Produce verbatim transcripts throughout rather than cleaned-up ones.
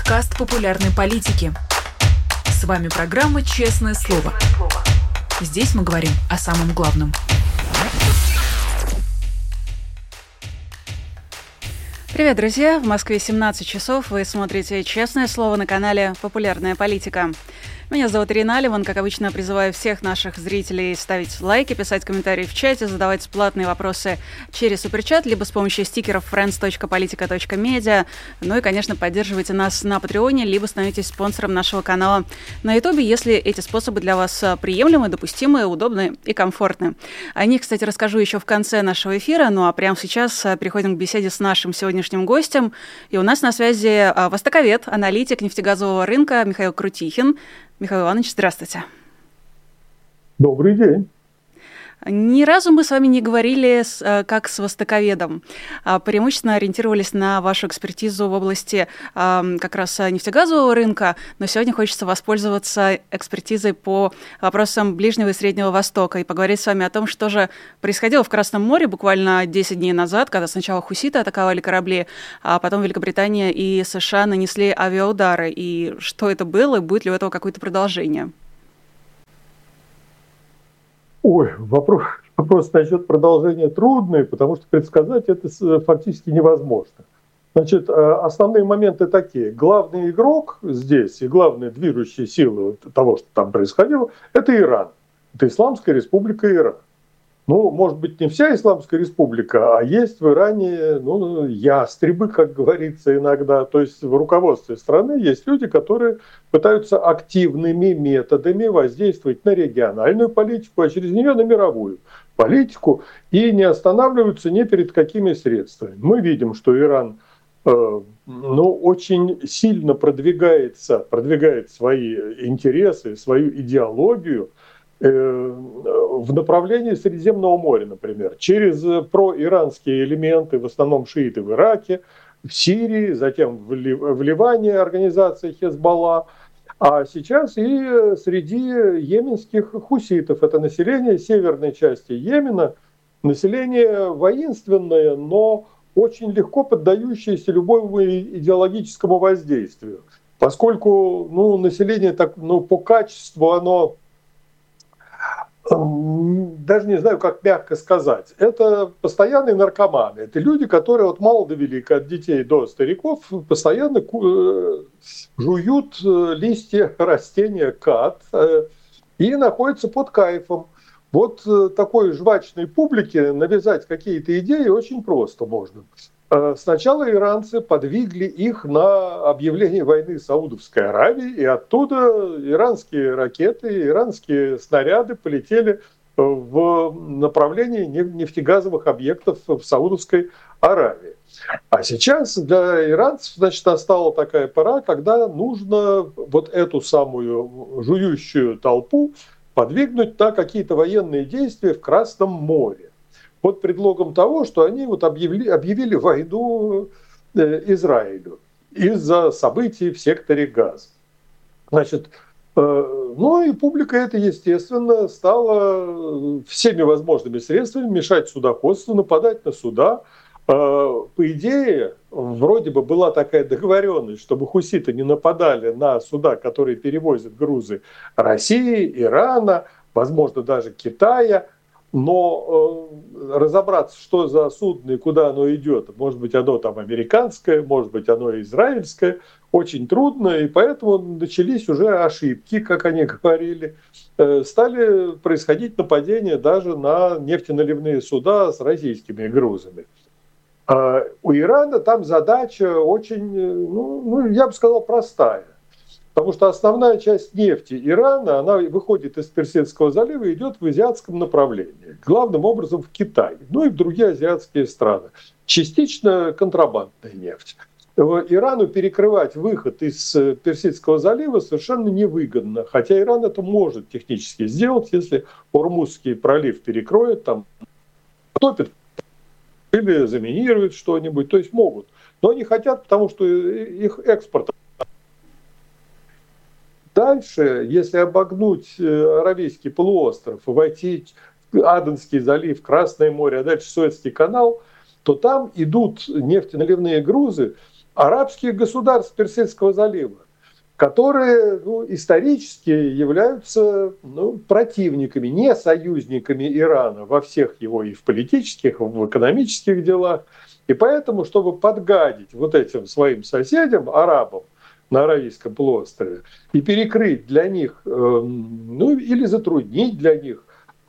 подкаст популярной политики. С вами программа «Честное слово». Здесь мы говорим о самом главном. Привет, друзья! В Москве семнадцать часов. Вы смотрите «Честное слово» на канале «Популярная политика». Меня зовут Ирина Алиман. Как обычно, призываю всех наших зрителей ставить лайки, писать комментарии в чате, задавать платные вопросы через суперчат, либо с помощью стикеров friends точка politica точка media. Ну и, конечно, поддерживайте нас на Патреоне, либо становитесь спонсором нашего канала на Ютубе, если эти способы для вас приемлемы, допустимы, удобны и комфортны. О них, кстати, расскажу еще в конце нашего эфира. Ну а прямо сейчас переходим к беседе с нашим сегодняшним гостем. И у нас на связи востоковед, аналитик нефтегазового рынка Михаил Крутихин. Михаил Иванович, здравствуйте. Добрый день. Ни разу мы с вами не говорили с, как с востоковедом, а преимущественно ориентировались на вашу экспертизу в области а, как раз нефтегазового рынка, но сегодня хочется воспользоваться экспертизой по вопросам Ближнего и Среднего Востока и поговорить с вами о том, что же происходило в Красном море буквально десять дней назад, когда сначала хуситы атаковали корабли, а потом Великобритания и США нанесли авиаудары, и что это было, и будет ли у этого какое-то продолжение? Ой, вопрос, вопрос насчет продолжения трудный, потому что предсказать это фактически невозможно. Значит, основные моменты такие. Главный игрок здесь и главная движущая сила того, что там происходило, это Иран. Это Исламская Республика Иран. Ну, может быть, не вся Исламская Республика, а есть в Иране, ну, ястребы, как говорится иногда. То есть в руководстве страны есть люди, которые пытаются активными методами воздействовать на региональную политику, а через нее на мировую политику, и не останавливаются ни перед какими средствами. Мы видим, что Иран э, ну, очень сильно продвигается, продвигает свои интересы, свою идеологию в направлении Средиземного моря, например, через проиранские элементы, в основном шииты в Ираке, в Сирии, затем в Ливане организация Хезболла, а сейчас и среди йеменских хуситов. Это население северной части Йемена, население воинственное, но очень легко поддающееся любому идеологическому воздействию, поскольку ну, население так, ну, по качеству оно даже не знаю, как мягко сказать. Это постоянные наркоманы. Это люди, которые от мала до велика, от детей до стариков, постоянно жуют листья растения кад и находятся под кайфом. Вот такой жвачной публике навязать какие-то идеи очень просто можно. Сначала иранцы подвигли их на объявление войны Саудовской Аравии, и оттуда иранские ракеты, иранские снаряды полетели в направлении нефтегазовых объектов в Саудовской Аравии. А сейчас для иранцев, значит, настала такая пора, когда нужно вот эту самую жующую толпу подвигнуть на какие-то военные действия в Красном море. Под предлогом того, что они вот объявили, объявили войну Израилю из-за событий в секторе Газа. Значит, ну и публика это, естественно, стала всеми возможными средствами мешать судоходству, нападать на суда. По идее, вроде бы была такая договоренность, чтобы хуситы не нападали на суда, которые перевозят грузы России, Ирана, возможно, даже Китая. Но э, разобраться, что за судно и куда оно идет, может быть, оно там американское, может быть, оно израильское, очень трудно, и поэтому начались уже ошибки, как они говорили. Э, стали происходить нападения даже на нефтеналивные суда с российскими грузами. А у Ирана там задача очень, ну, ну, я бы сказал, простая. Потому что основная часть нефти Ирана, она выходит из Персидского залива и идет в азиатском направлении. Главным образом в Китай, ну и в другие азиатские страны. Частично контрабандная нефть. Ирану перекрывать выход из Персидского залива совершенно невыгодно. Хотя Иран это может технически сделать, если Ормузский пролив перекроет, там топит или заминирует что-нибудь. То есть могут. Но они хотят, потому что их экспорт. Дальше, если обогнуть Аравийский полуостров, войти в Аденский залив, Красное море, а дальше Суэцкий канал, то там идут нефтеналивные грузы арабских государств Персидского залива, которые ну, исторически являются ну, противниками, не союзниками Ирана во всех его и в политических, и в экономических делах. И поэтому, чтобы подгадить вот этим своим соседям, арабам, на Аравийском полуострове, и перекрыть для них, ну или затруднить для них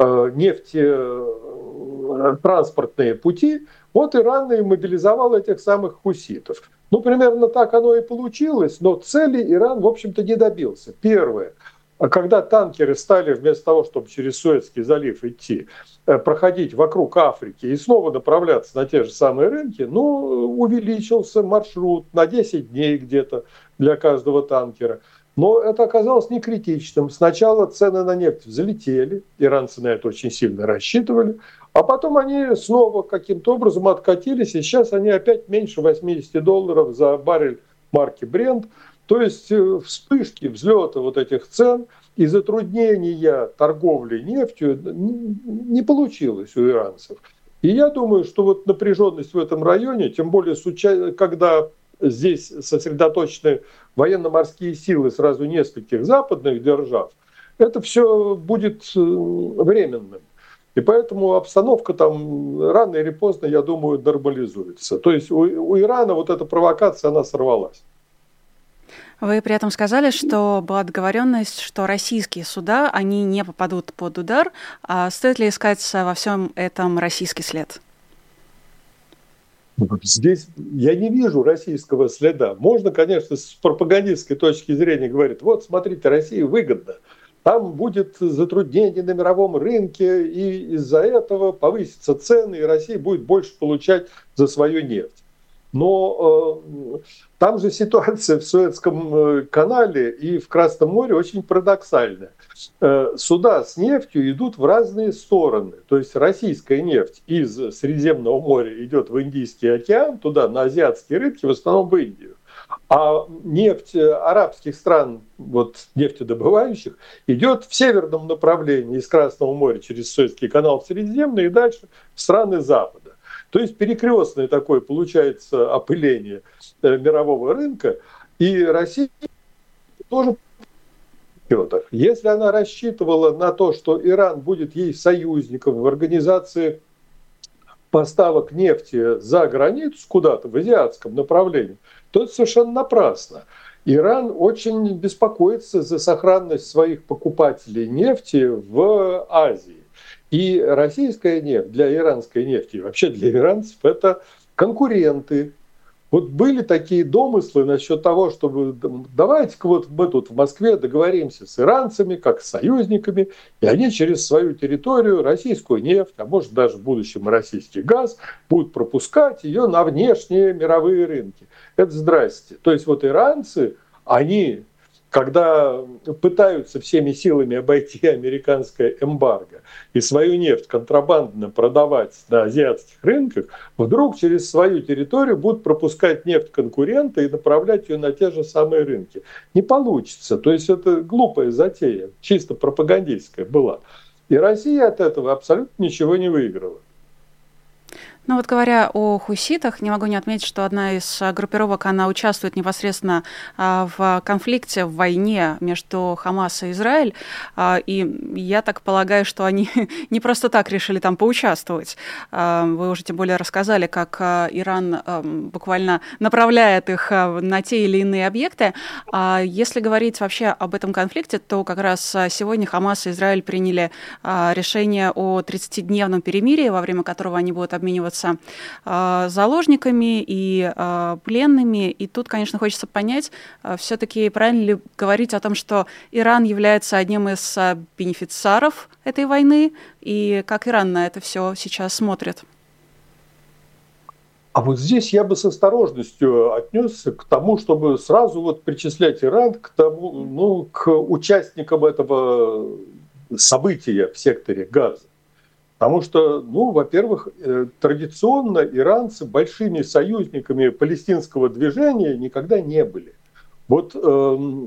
нефтетранспортные пути, вот Иран и мобилизовал этих самых хуситов. Ну, примерно так оно и получилось, но цели Иран, в общем-то, не добился. Первое. А когда танкеры стали вместо того, чтобы через Суэцкий залив идти, проходить вокруг Африки и снова направляться на те же самые рынки, ну, увеличился маршрут на десять дней где-то для каждого танкера. Но это оказалось не критичным. Сначала цены на нефть взлетели, иранцы на это очень сильно рассчитывали, а потом они снова каким-то образом откатились, и сейчас они опять меньше восемьдесят долларов за баррель марки Brent. То есть вспышки взлета вот этих цен и затруднения торговли нефтью не получилось у иранцев. И я думаю, что вот напряженность в этом районе, тем более когда здесь сосредоточены военно-морские силы сразу нескольких западных держав, это все будет временным. И поэтому обстановка там рано или поздно, я думаю, нормализуется. То есть у, у Ирана вот эта провокация, она сорвалась. Вы при этом сказали, что была договоренность, что российские суда, они не попадут под удар. А стоит ли искать во всем этом российский след? Здесь я не вижу российского следа. Можно, конечно, с пропагандистской точки зрения говорить, вот смотрите, России выгодно. Там будет затруднение на мировом рынке, и из-за этого повысятся цены, и Россия будет больше получать за свою нефть. Но э, там же ситуация в Суэцком канале и в Красном море очень парадоксальная. Э, суда с нефтью идут в разные стороны. То есть российская нефть из Средиземного моря идет в Индийский океан, туда, на азиатские рынки, в основном в Индию. А нефть арабских стран, вот нефтедобывающих, идет в северном направлении из Красного моря через Суэцкий канал в Средиземный и дальше в страны Запада. То есть перекрестное такое получается опыление мирового рынка, и Россия тоже. Если она рассчитывала на то, что Иран будет ей союзником в организации поставок нефти за границу куда-то в азиатском направлении, то это совершенно напрасно. Иран очень беспокоится за сохранность своих покупателей нефти в Азии. И российская нефть для иранской нефти, и вообще для иранцев, это конкуренты. Вот были такие домыслы насчет того, чтобы давайте-ка вот мы тут в Москве договоримся с иранцами, как с союзниками, и они через свою территорию российскую нефть, а может даже в будущем и российский газ, будут пропускать ее на внешние мировые рынки. Это здрасте. То есть вот иранцы, они, когда пытаются всеми силами обойти американское эмбарго и свою нефть контрабандно продавать на азиатских рынках, вдруг через свою территорию будут пропускать нефть конкурента и направлять ее на те же самые рынки. Не получится. То есть это глупая затея, чисто пропагандистская была. И Россия от этого абсолютно ничего не выиграла. Ну вот говоря о хуситах, не могу не отметить, что одна из группировок, она участвует непосредственно в конфликте, в войне между Хамас и Израиль, и я так полагаю, что они не просто так решили там поучаствовать. Вы уже тем более рассказали, как Иран буквально направляет их на те или иные объекты. Если говорить вообще об этом конфликте, то как раз сегодня Хамас и Израиль приняли решение о тридцатидневном перемирии, во время которого они будут обмениваться заложниками и пленными. И тут, конечно, хочется понять, все-таки правильно ли говорить о том, что Иран является одним из бенефициаров этой войны, и как Иран на это все сейчас смотрит? А вот здесь я бы с осторожностью отнесся к тому, чтобы сразу вот причислять Иран к тому, ну, к участникам этого события в секторе Газа. Потому что, ну, во-первых, традиционно иранцы большими союзниками палестинского движения никогда не были. Вот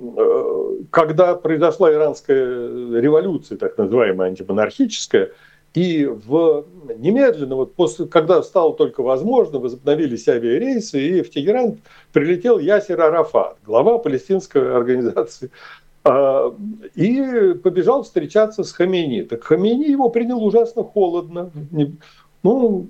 э, когда произошла иранская революция, так называемая антимонархическая, И в, немедленно, вот после, когда стало только возможно, возобновились авиарейсы, и в Тегеран прилетел Ясер Арафат, глава палестинской организации, и побежал встречаться с Хамейни. Так Хамейни его принял ужасно холодно. Ну,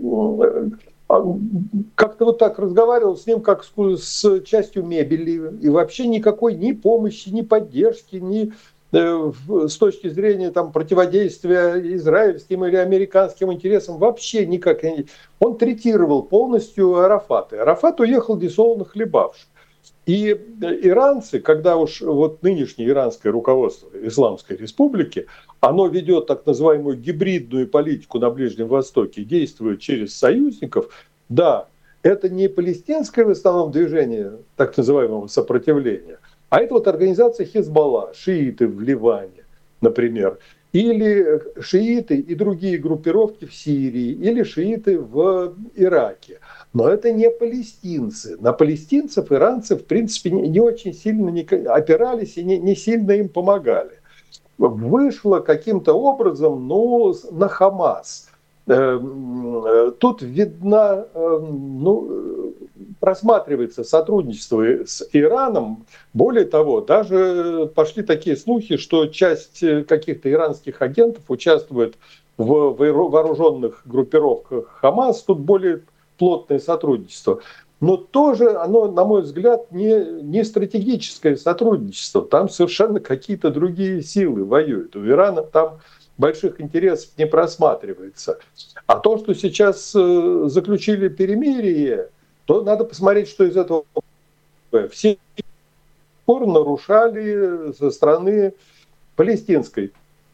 как-то вот так разговаривал с ним, как с частью мебели. И вообще никакой ни помощи, ни поддержки, ни с точки зрения там, противодействия израильским или американским интересам вообще никак. Он третировал полностью Арафата. Арафат уехал несолоно хлебавши. И иранцы, когда уж вот нынешнее иранское руководство Исламской Республики, оно ведет так называемую гибридную политику на Ближнем Востоке, действует через союзников, да, это не палестинское в основном движение так называемого сопротивления, а это вот организация Хизбалла, шииты в Ливане, например, или шииты и другие группировки в Сирии, или шииты в Ираке. Но это не палестинцы. На палестинцев иранцы, в принципе, не, не очень сильно не опирались и не, не сильно им помогали. Вышло каким-то образом, ну, на Хамас. Тут видно, ну, просматривается сотрудничество с Ираном. Более того, даже пошли такие слухи, что часть каких-то иранских агентов участвует в вооруженных группировках Хамас. Тут более плотное сотрудничество. Но тоже оно, на мой взгляд, не, не стратегическое сотрудничество. Там совершенно какие-то другие силы воюют. У Ирана там больших интересов не просматривается. А то, что сейчас заключили перемирие, то надо посмотреть, что из этого. Все пор нарушали со стороны палестинской.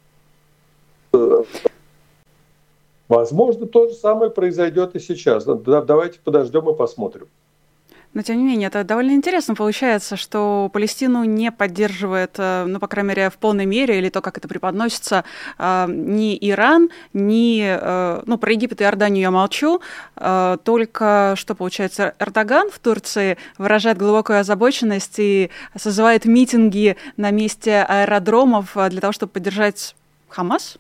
Возможно, то же самое произойдет и сейчас. Давайте подождем и посмотрим. Но, тем не менее, это довольно интересно получается, что Палестину не поддерживает, ну, по крайней мере, в полной мере, или то, как это преподносится, ни Иран, ни, ну, про Египет и Иорданию я молчу, только, что получается, Эрдоган в Турции выражает глубокую озабоченность и созывает митинги на месте аэродромов для того, чтобы поддержать Хамас?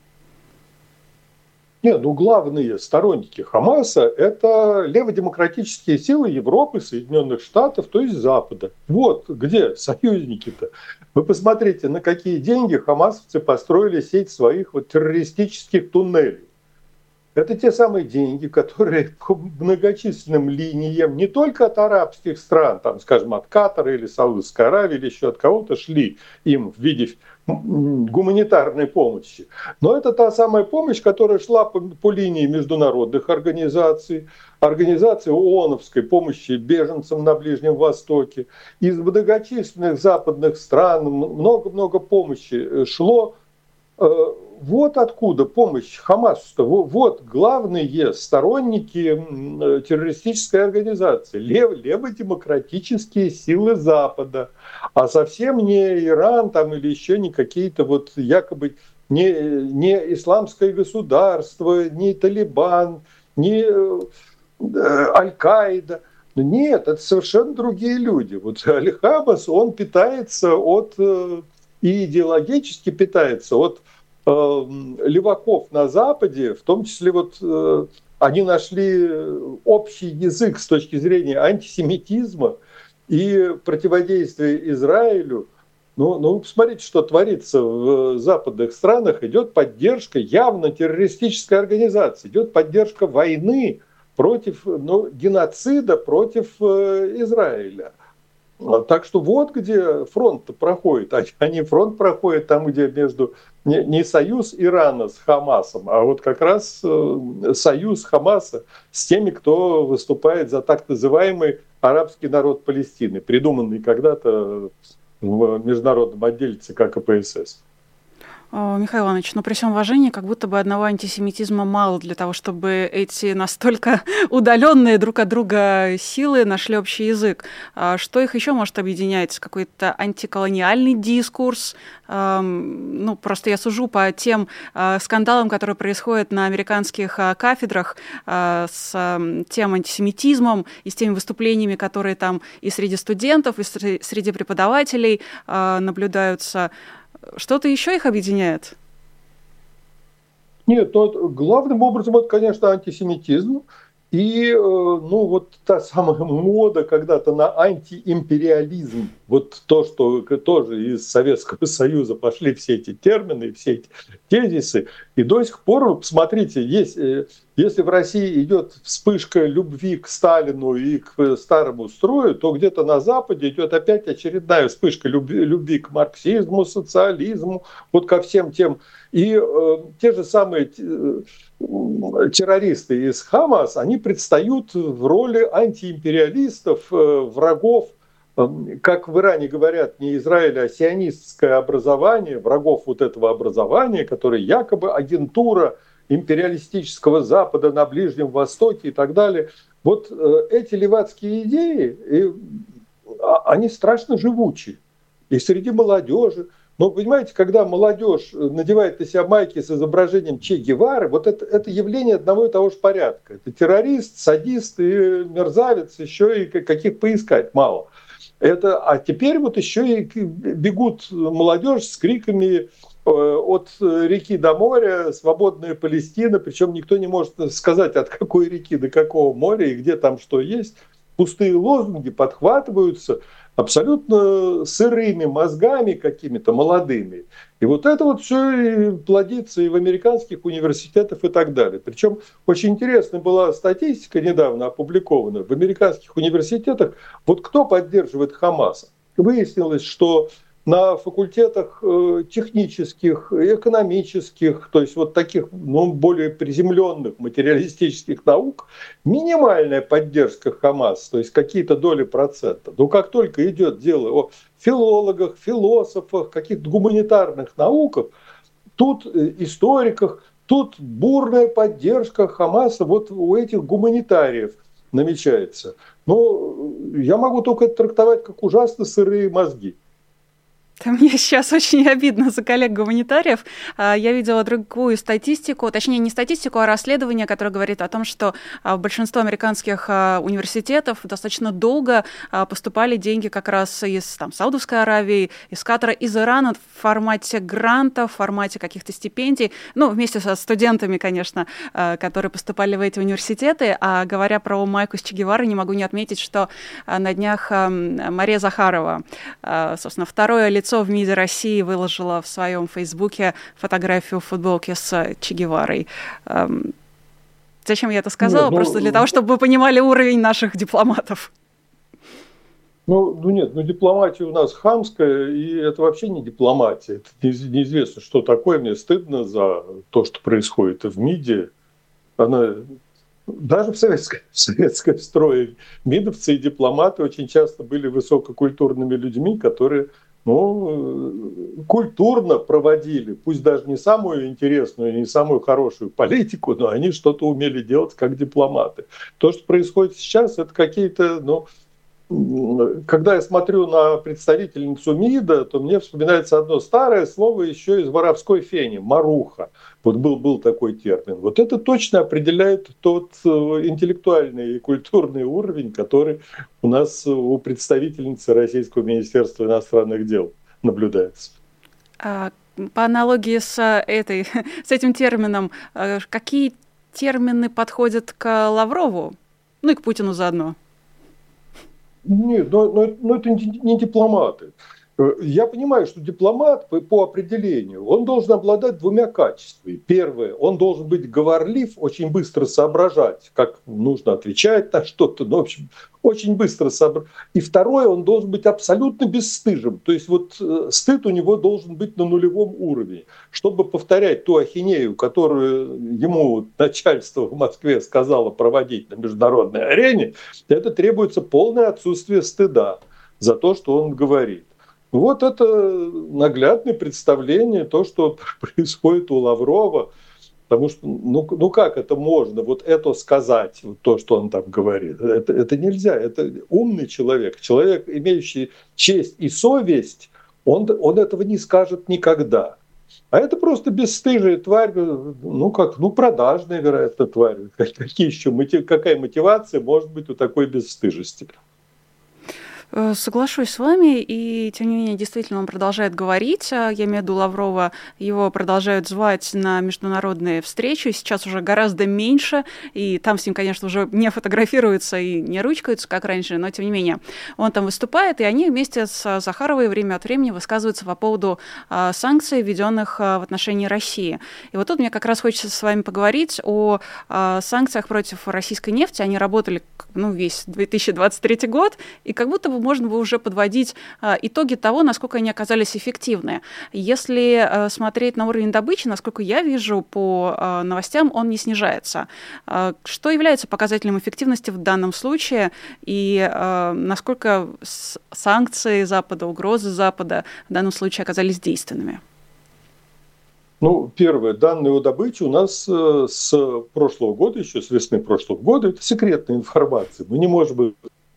Нет, ну главные сторонники Хамаса – это леводемократические силы Европы, Соединенных Штатов, то есть Запада. Вот где союзники-то. Вы посмотрите, на какие деньги хамасовцы построили сеть своих вот террористических туннелей. Это те самые деньги, которые по многочисленным линиям не только от арабских стран, там, скажем, от Катара или Саудовской Аравии или еще от кого-то шли им в виде гуманитарной помощи. Но это та самая помощь, которая шла по, по линии международных организаций, организации ООНовской помощи беженцам на Ближнем Востоке. Из многочисленных западных стран много-много помощи шло. Вот откуда помощь Хамасу. Вот главные сторонники террористической организации. Лев, леводемократические силы Запада. А совсем не Иран там, или еще не какие-то вот якобы не, не исламское государство, не Талибан, не Аль-Каида. Нет, это совершенно другие люди. Вот Аль-Хамас, он питается от, и идеологически питается от леваков на Западе, в том числе вот э, они нашли общий язык с точки зрения антисемитизма и противодействия Израилю. Ну, ну, посмотрите, что творится в западных странах. Идет поддержка явно террористической организации, идет поддержка войны против, ну, геноцида против э, Израиля. Так что вот где фронт проходит, а не фронт проходит там, где между не, не союз Ирана с Хамасом, а вот как раз союз Хамаса с теми, кто выступает за так называемый арабский народ Палестины, придуманный когда-то в международном отделе ЦК КПСС. Михаил Иванович, но при всем уважении, как будто бы одного антисемитизма мало для того, чтобы эти настолько удаленные друг от друга силы нашли общий язык. Что их еще может объединять? Какой-то антиколониальный дискурс? Ну, просто я сужу по тем скандалам, которые происходят на американских кафедрах с тем антисемитизмом и с теми выступлениями, которые там и среди студентов, и среди преподавателей наблюдаются. Что-то еще их объединяет? Нет, ну, главным образом это, конечно, антисемитизм. И, ну, вот та самая мода когда-то на антиимпериализм, вот то, что тоже из Советского Союза пошли все эти термины, все эти тезисы, и до сих пор, посмотрите, есть, если в России идет вспышка любви к Сталину и к старому строю, то где-то на Западе идет опять очередная вспышка любви, любви к марксизму, социализму, вот ко всем тем. И э, те же самые террористы из Хамас, они предстают в роли антиимпериалистов, врагов, как в Иране говорят, не Израиля, а сионистское образование, врагов вот этого образования, которое якобы агентура империалистического Запада на Ближнем Востоке и так далее. Вот эти левацкие идеи, они страшно живучи. И среди молодежи. Но понимаете, когда молодежь надевает на себя майки с изображением Че Гевары, вот это, это явление одного и того же порядка. Это террорист, садист и мерзавец, еще и каких поискать мало. Это, а теперь вот еще и бегут молодежь с криками от реки до моря, свободная Палестина, причем никто не может сказать, от какой реки до какого моря и где там что есть. Пустые лозунги подхватываются абсолютно сырыми мозгами какими-то молодыми. И вот это вот все плодится и в американских университетах и так далее. Причем очень интересная была статистика недавно опубликована. В американских университетах вот кто поддерживает Хамаса? Выяснилось, что на факультетах технических, экономических, то есть вот таких, ну, более приземленных материалистических наук, минимальная поддержка Хамаса, то есть какие-то доли процента. Но как только идет дело о филологах, философах, каких-то гуманитарных науках, тут историках, тут бурная поддержка Хамаса вот у этих гуманитариев намечается. Но я могу только это трактовать как ужасно сырые мозги. Мне сейчас очень обидно за коллег-гуманитариев. Я видела другую статистику, точнее не статистику, а расследование, которое говорит о том, что в большинство американских университетов достаточно долго поступали деньги как раз из там, Саудовской Аравии, из Катара, из Ирана в формате грантов, в формате каких-то стипендий, ну, вместе со студентами, конечно, которые поступали в эти университеты. А говоря про майку с Че Геварой, не могу не отметить, что на днях Мария Захарова, собственно, второе лицо в МИДе России, выложила в своем фейсбуке фотографию в футболке с Че Геварой. Эм, зачем я это сказала? Нет, ну, просто для того, чтобы вы понимали уровень наших дипломатов. Ну, ну нет, ну дипломатия у нас хамская, и это вообще не дипломатия. Это неизвестно, что такое. Мне стыдно за то, что происходит в МИДе. Она... Даже в советском, в советском строе мидовцы и дипломаты очень часто были высококультурными людьми, которые ну, культурно проводили, пусть даже не самую интересную, не самую хорошую политику, но они что-то умели делать как дипломаты. То, что происходит сейчас, это какие-то, ну, когда я смотрю на представительницу МИДа, то мне вспоминается одно старое слово еще из воровской фени – маруха. Вот был, был такой термин. Вот это точно определяет тот интеллектуальный и культурный уровень, который у нас у представительницы Российского Министерства иностранных дел наблюдается. А, по аналогии с, этой, с этим термином, какие термины подходят к Лаврову, ну и к Путину заодно? Нет, но, но, но это не дипломаты. Я понимаю, что дипломат по, по определению, он должен обладать двумя качествами. Первое, он должен быть говорлив, очень быстро соображать, как нужно отвечать на что-то, ну, в общем, очень быстро соображать. И второе, он должен быть абсолютно бесстыжим. То есть вот э, стыд у него должен быть на нулевом уровне. Чтобы повторять ту ахинею, которую ему начальство в Москве сказало проводить на международной арене, это требуется полное отсутствие стыда за то, что он говорит. Вот это наглядное представление, то, что происходит у Лаврова. Потому что, ну, ну как это можно, вот это сказать, вот то, что он там говорит. Это, это нельзя, это умный человек. Человек, имеющий честь и совесть, он, он этого не скажет никогда. А это просто бесстыжая тварь, ну как, ну продажная, вероятно, тварь. Какие еще, какая мотивация может быть у такой бесстыжести? Соглашусь с вами, и тем не менее, действительно, он продолжает говорить. Я имею в виду Лаврова, его продолжают звать на международные встречи, сейчас уже гораздо меньше, и там с ним, конечно, уже не фотографируются и не ручкаются, как раньше, но тем не менее, он там выступает, и они вместе с Захаровой время от времени высказываются по поводу а, санкций, введенных а, в отношении России. И вот тут мне как раз хочется с вами поговорить о а, санкциях против российской нефти. Они работали, ну, весь две тысячи двадцать третий год, и как будто бы можно было уже подводить а, итоги того, насколько они оказались эффективны. Если а, смотреть на уровень добычи, насколько я вижу по а, новостям, он не снижается. А, что является показателем эффективности в данном случае, и а, насколько санкции Запада, угрозы Запада в данном случае оказались действенными? Ну, первое, данные о добыче у нас э, с прошлого года, еще с весны прошлого года, это секретная информация. Мы не можем...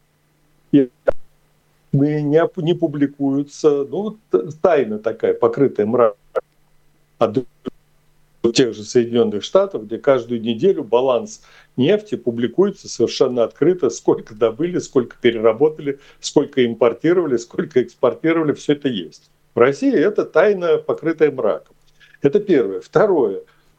Не, не публикуются, ну, тайна такая, покрытая мраком. От тех же Соединенных Штатов, где каждую неделю баланс нефти публикуется совершенно открыто, сколько добыли, сколько переработали, сколько импортировали, сколько экспортировали, все это есть. В России это тайна, покрытая мраком. Это первое. Второе.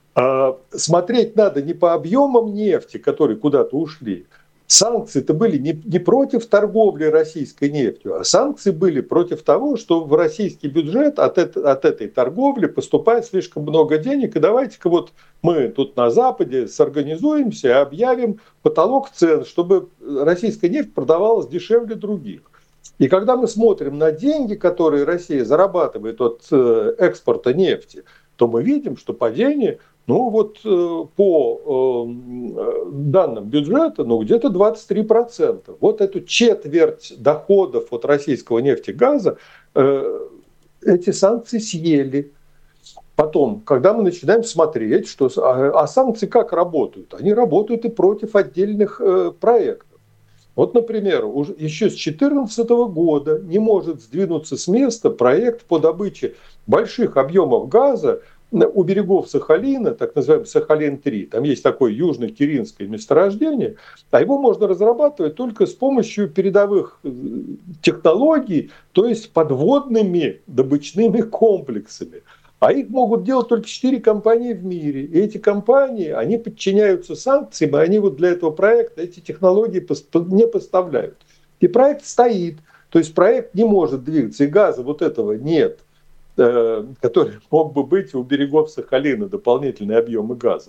Смотреть надо не по объемам нефти, которые куда-то ушли. Санкции-то были не, не против торговли российской нефтью, а санкции были против того, что в российский бюджет от, это, от этой торговли поступает слишком много денег, и давайте-ка вот мы тут на Западе сорганизуемся и объявим потолок цен, чтобы российская нефть продавалась дешевле других. И когда мы смотрим на деньги, которые Россия зарабатывает от экспорта нефти, то мы видим, что падение... Ну вот э, по э, данным бюджета, ну где-то двадцать три процента. Вот эту четверть доходов от российского нефтегаза э, эти санкции съели. Потом, когда мы начинаем смотреть, что, а, а санкции как работают? Они работают и против отдельных э, проектов. Вот, например, уже еще с две тысячи четырнадцатого года не может сдвинуться с места проект по добыче больших объемов газа у берегов Сахалина, так называемый Сахалин-три, там есть такое южно-киринское месторождение, а его можно разрабатывать только с помощью передовых технологий, то есть подводными добычными комплексами. А их могут делать только четыре компании в мире. И эти компании, они подчиняются санкциям, и они вот для этого проекта эти технологии не поставляют. И проект стоит, то есть проект не может двигаться, и газа вот этого нет, который мог бы быть у берегов Сахалина, дополнительные объемы газа.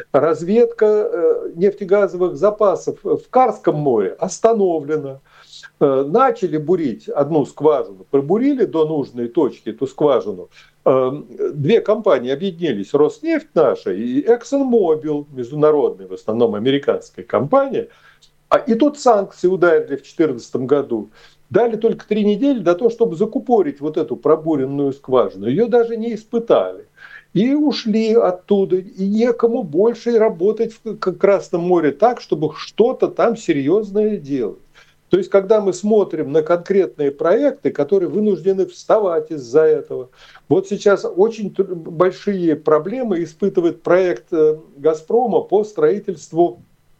Разведка нефтегазовых запасов в Карском море остановлена. Начали бурить одну скважину, пробурили до нужной точки эту скважину. Две компании объединились, Роснефть наша и ExxonMobil, международная, в основном американская компания. И тут санкции ударили в две тысячи четырнадцатом году. Дали только три недели для того, чтобы закупорить вот эту пробуренную скважину. Ее даже не испытали. И ушли оттуда. И некому больше работать в Красном море так, чтобы что-то там серьезное делать. То есть, когда мы смотрим на конкретные проекты, которые вынуждены вставать из-за этого. Вот сейчас очень большие проблемы испытывает проект «Газпрома» по строительству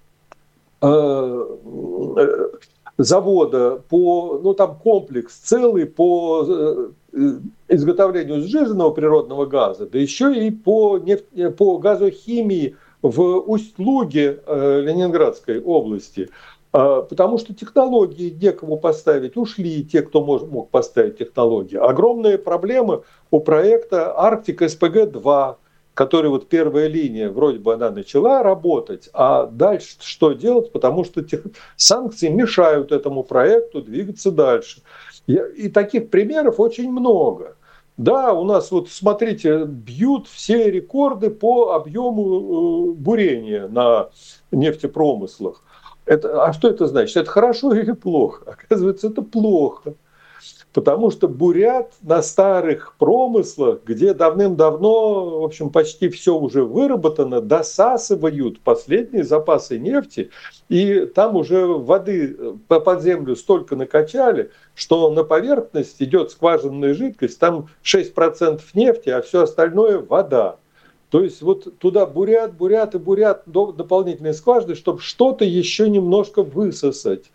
завода, по, ну там комплекс целый по изготовлению сжиженного природного газа, да еще и по, нефть, по газохимии в Усть-Луге э, Ленинградской области. Э, потому что технологии некому поставить, ушли те, кто мож, мог поставить технологии. Огромные проблемы у проекта Арктик эс пэ гэ два, который вот первая линия, вроде бы она начала работать, а дальше что делать, потому что тех... санкции мешают этому проекту двигаться дальше. И, и таких примеров очень много. Да, у нас вот, смотрите, бьют все рекорды по объему э, бурения на нефтепромыслах. Это, а что это значит? Это хорошо или плохо? Оказывается, это плохо. Потому что бурят на старых промыслах, где давным-давно, в общем, почти все уже выработано, досасывают последние запасы нефти, и там уже воды под землю столько накачали, что на поверхность идет скважинная жидкость, там шесть процентов нефти, а все остальное вода. То есть вот туда бурят, бурят и бурят дополнительные скважины, чтобы что-то еще немножко высосать.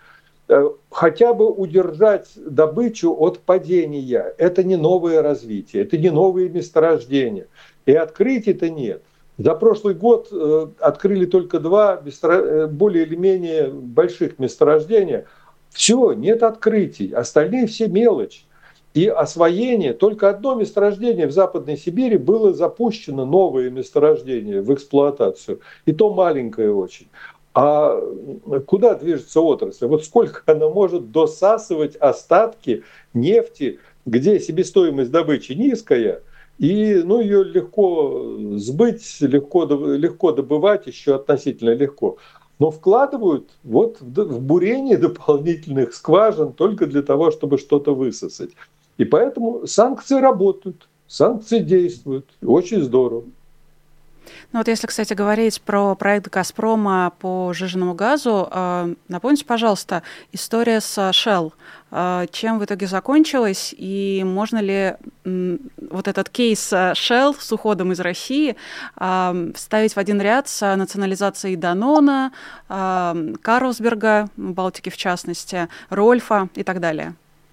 хотя бы удержать добычу от падения. Это не новое развитие, это не новые месторождения. И открытий-то нет. За прошлый год открыли только два более или менее больших месторождения. Все, нет открытий, остальные все мелочь. И освоение, только одно месторождение в Западной Сибири было запущено, новое месторождение в эксплуатацию, и то маленькое очень. А куда движется отрасль? Вот сколько она может досасывать остатки нефти, где себестоимость добычи низкая, и ну, ее легко сбыть, легко, легко добывать, еще относительно легко. Но вкладывают вот в бурение дополнительных скважин только для того, чтобы что-то высосать. И поэтому санкции работают, санкции действуют. Очень здорово. Ну вот если, кстати, говорить про проект «Газпрома» по сжиженному газу, э, напомните, пожалуйста, история с Shell. Э, чем в итоге закончилась? И можно ли э, вот этот кейс Shell с уходом из России э, ставить в один ряд с национализацией Данона, э, Карлсберга, Балтики в частности, Рольфа и так далее?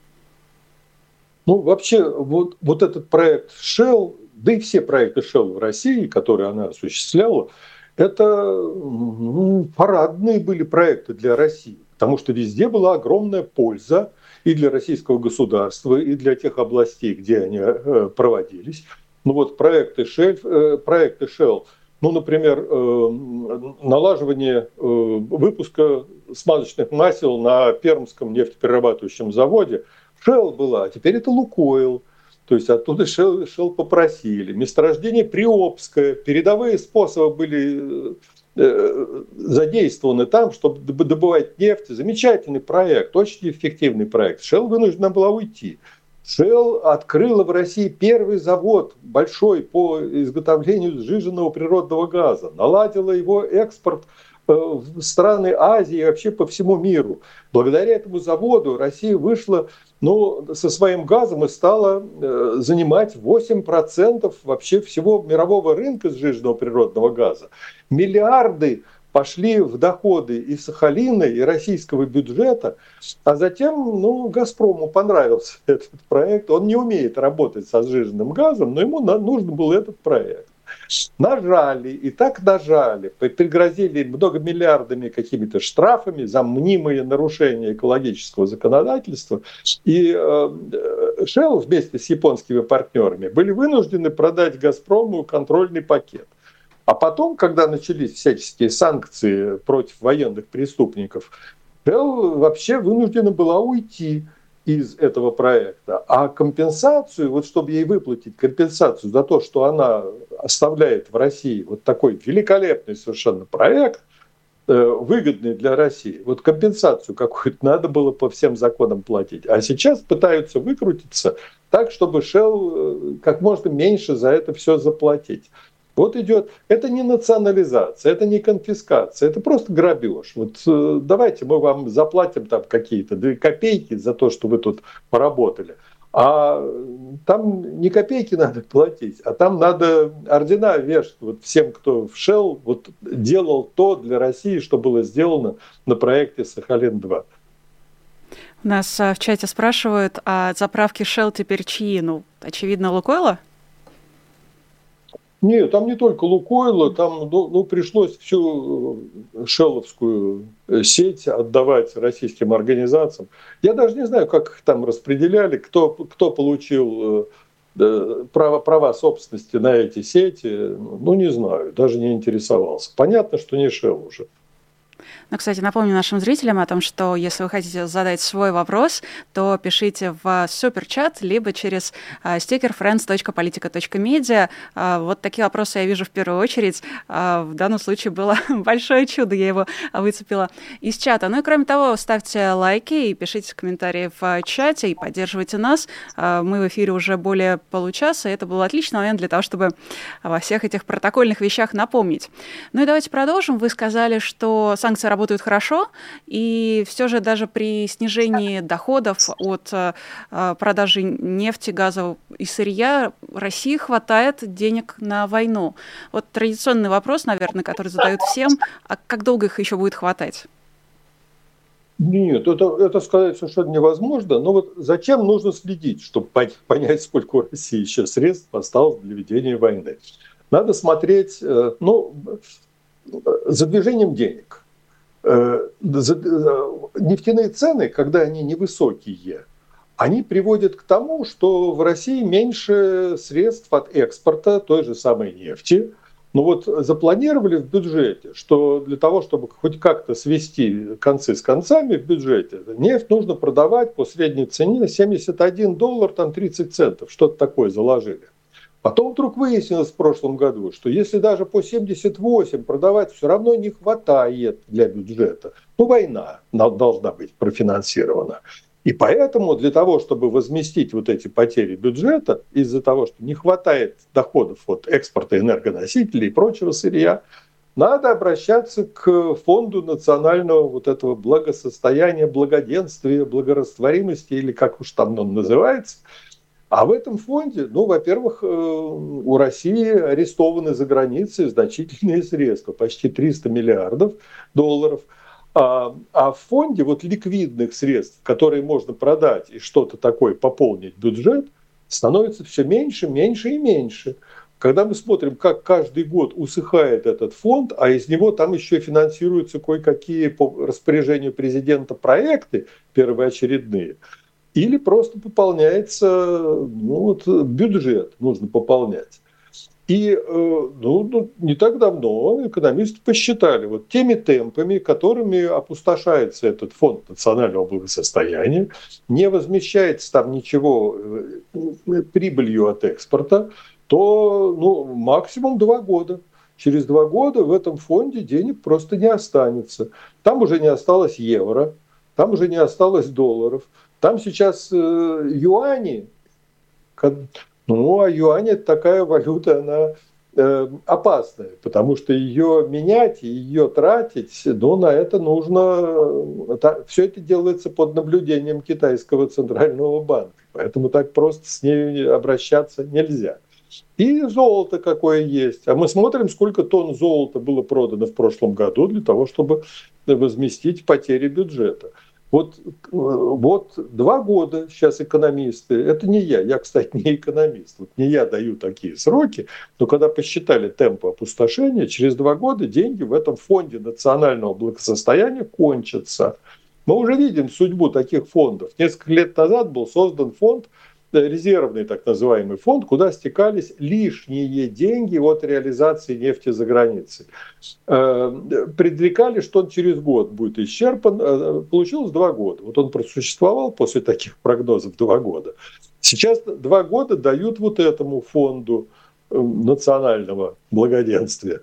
Ну, вообще, вот, вот этот проект Shell, да и все проекты Shell в России, которые она осуществляла, это ну, парадные были проекты для России, потому что везде была огромная польза и для российского государства, и для тех областей, где они э, проводились. Ну вот проекты Shell, э, проекты Shell, ну, например, э, налаживание э, выпуска смазочных масел на Пермском нефтеперерабатывающем заводе, Shell была, а теперь это Лукойл. То есть оттуда Shell, Shell попросили. Месторождение Приобское. Передовые способы были э, задействованы там, чтобы добывать нефть. Замечательный проект, очень эффективный проект. Shell вынуждена была уйти. Shell открыла в России первый завод большой по изготовлению сжиженного природного газа. Наладила его экспорт в страны Азии и вообще по всему миру. Благодаря этому заводу Россия вышла ну, со своим газом и стала э, занимать восемь процентов вообще всего мирового рынка сжиженного природного газа. Миллиарды пошли в доходы и Сахалина, и российского бюджета, а затем ну, «Газпрому» понравился этот проект. Он не умеет работать со сжиженным газом, но ему нужен был этот проект. Нажали, и так нажали, пригрозили многомиллиардными какими-то штрафами за мнимые нарушения экологического законодательства. И Shell вместе с японскими партнерами были вынуждены продать «Газпрому» контрольный пакет. А потом, когда начались всяческие санкции против военных преступников, Shell вообще вынуждена была уйти из этого проекта. А компенсацию, вот чтобы ей выплатить компенсацию за то, что она оставляет в России вот такой великолепный совершенно проект, выгодный для России, вот компенсацию какую-то надо было по всем законам платить. А сейчас пытаются выкрутиться так, чтобы Shell как можно меньше за это все заплатить. Вот идет, это не национализация, это не конфискация, это просто грабеж. Вот э, давайте мы вам заплатим там какие-то две копейки за то, что вы тут поработали. А там не копейки надо платить, а там надо ордена вешать вот всем, кто в Shell вот делал то для России, что было сделано на проекте Сахалин-два. У нас в чате спрашивают, а заправки Shell теперь чьи? Ну, очевидно, Лукойла? Нет, там не только Лукойла, там ну, ну, пришлось всю шелловскую сеть отдавать российским организациям. Я даже не знаю, как их там распределяли, кто, кто получил э, право, права собственности на эти сети. Ну, не знаю, даже не интересовался. Понятно, что не Shell уже. Ну, кстати, напомню нашим зрителям о том, что если вы хотите задать свой вопрос, то пишите в суперчат, либо через uh, стикер friends точка politica точка media. Uh, вот такие вопросы я вижу в первую очередь. Uh, в данном случае было большое чудо, я его выцепила из чата. Ну и кроме того, ставьте лайки и пишите комментарии в чате и поддерживайте нас. Uh, мы в эфире уже более получаса, и это был отличный момент для того, чтобы во всех этих протокольных вещах напомнить. Ну и давайте продолжим. Вы сказали, что санкции работают хорошо, и все же даже при снижении доходов от э, продажи нефти, газа и сырья России хватает денег на войну. Вот традиционный вопрос, наверное, который задают всем, а как долго их еще будет хватать? Нет, это, это сказать совершенно невозможно. Но вот зачем нужно следить, чтобы понять, сколько у России еще средств осталось для ведения войны? Надо смотреть, ну, за движением денег. Нефтяные цены, когда они невысокие, они приводят к тому, что в России меньше средств от экспорта той же самой нефти. Но вот запланировали в бюджете, что для того, чтобы хоть как-то свести концы с концами в бюджете, нефть нужно продавать по средней цене семьдесят один доллар там тридцать центов, что-то такое заложили. Потом вдруг выяснилось в прошлом году, что если даже по семьдесят восемь продавать, все равно не хватает для бюджета. Ну, война должна быть профинансирована. И поэтому для того, чтобы возместить вот эти потери бюджета, из-за того, что не хватает доходов от экспорта энергоносителей и прочего сырья, надо обращаться к фонду национального вот этого благосостояния, благоденствия, благорастворимости, или как уж там он называется. А в этом фонде, ну, во-первых, у России арестованы за границей значительные средства, почти триста миллиардов долларов. А, а в фонде вот ликвидных средств, которые можно продать и что-то такое пополнить бюджет, становится все меньше, меньше и меньше. Когда мы смотрим, как каждый год усыхает этот фонд, а из него там еще финансируются кое-какие по распоряжению президента проекты первоочередные, или просто пополняется, ну, вот, бюджет нужно пополнять. И ну, не так давно экономисты посчитали, вот теми темпами, которыми опустошается этот фонд национального благосостояния, не возмещается там ничего прибылью от экспорта, то ну, максимум два года. Через два года в этом фонде денег просто не останется. Там уже не осталось евро, там уже не осталось долларов. Там сейчас юани. Ну, а юань – это такая валюта, она э, опасная, потому что ее менять, ее тратить, ну, на это нужно… Это, все это делается под наблюдением китайского центрального банка, поэтому так просто с ней обращаться нельзя. И золото какое есть. А мы смотрим, сколько тонн золота было продано в прошлом году для того, чтобы возместить потери бюджета. Вот, вот два года сейчас экономисты, это не я, я, кстати, не экономист, вот не я даю такие сроки, но когда посчитали темпы опустошения, через два года деньги в этом фонде национального благосостояния кончатся. Мы уже видим судьбу таких фондов. Несколько лет назад был создан фонд, резервный так называемый фонд, куда стекались лишние деньги от реализации нефти за границей. Предрекали, что он через год будет исчерпан. Получилось два года. Вот он просуществовал после таких прогнозов два года. Сейчас два года дают вот этому фонду национального благоденствия.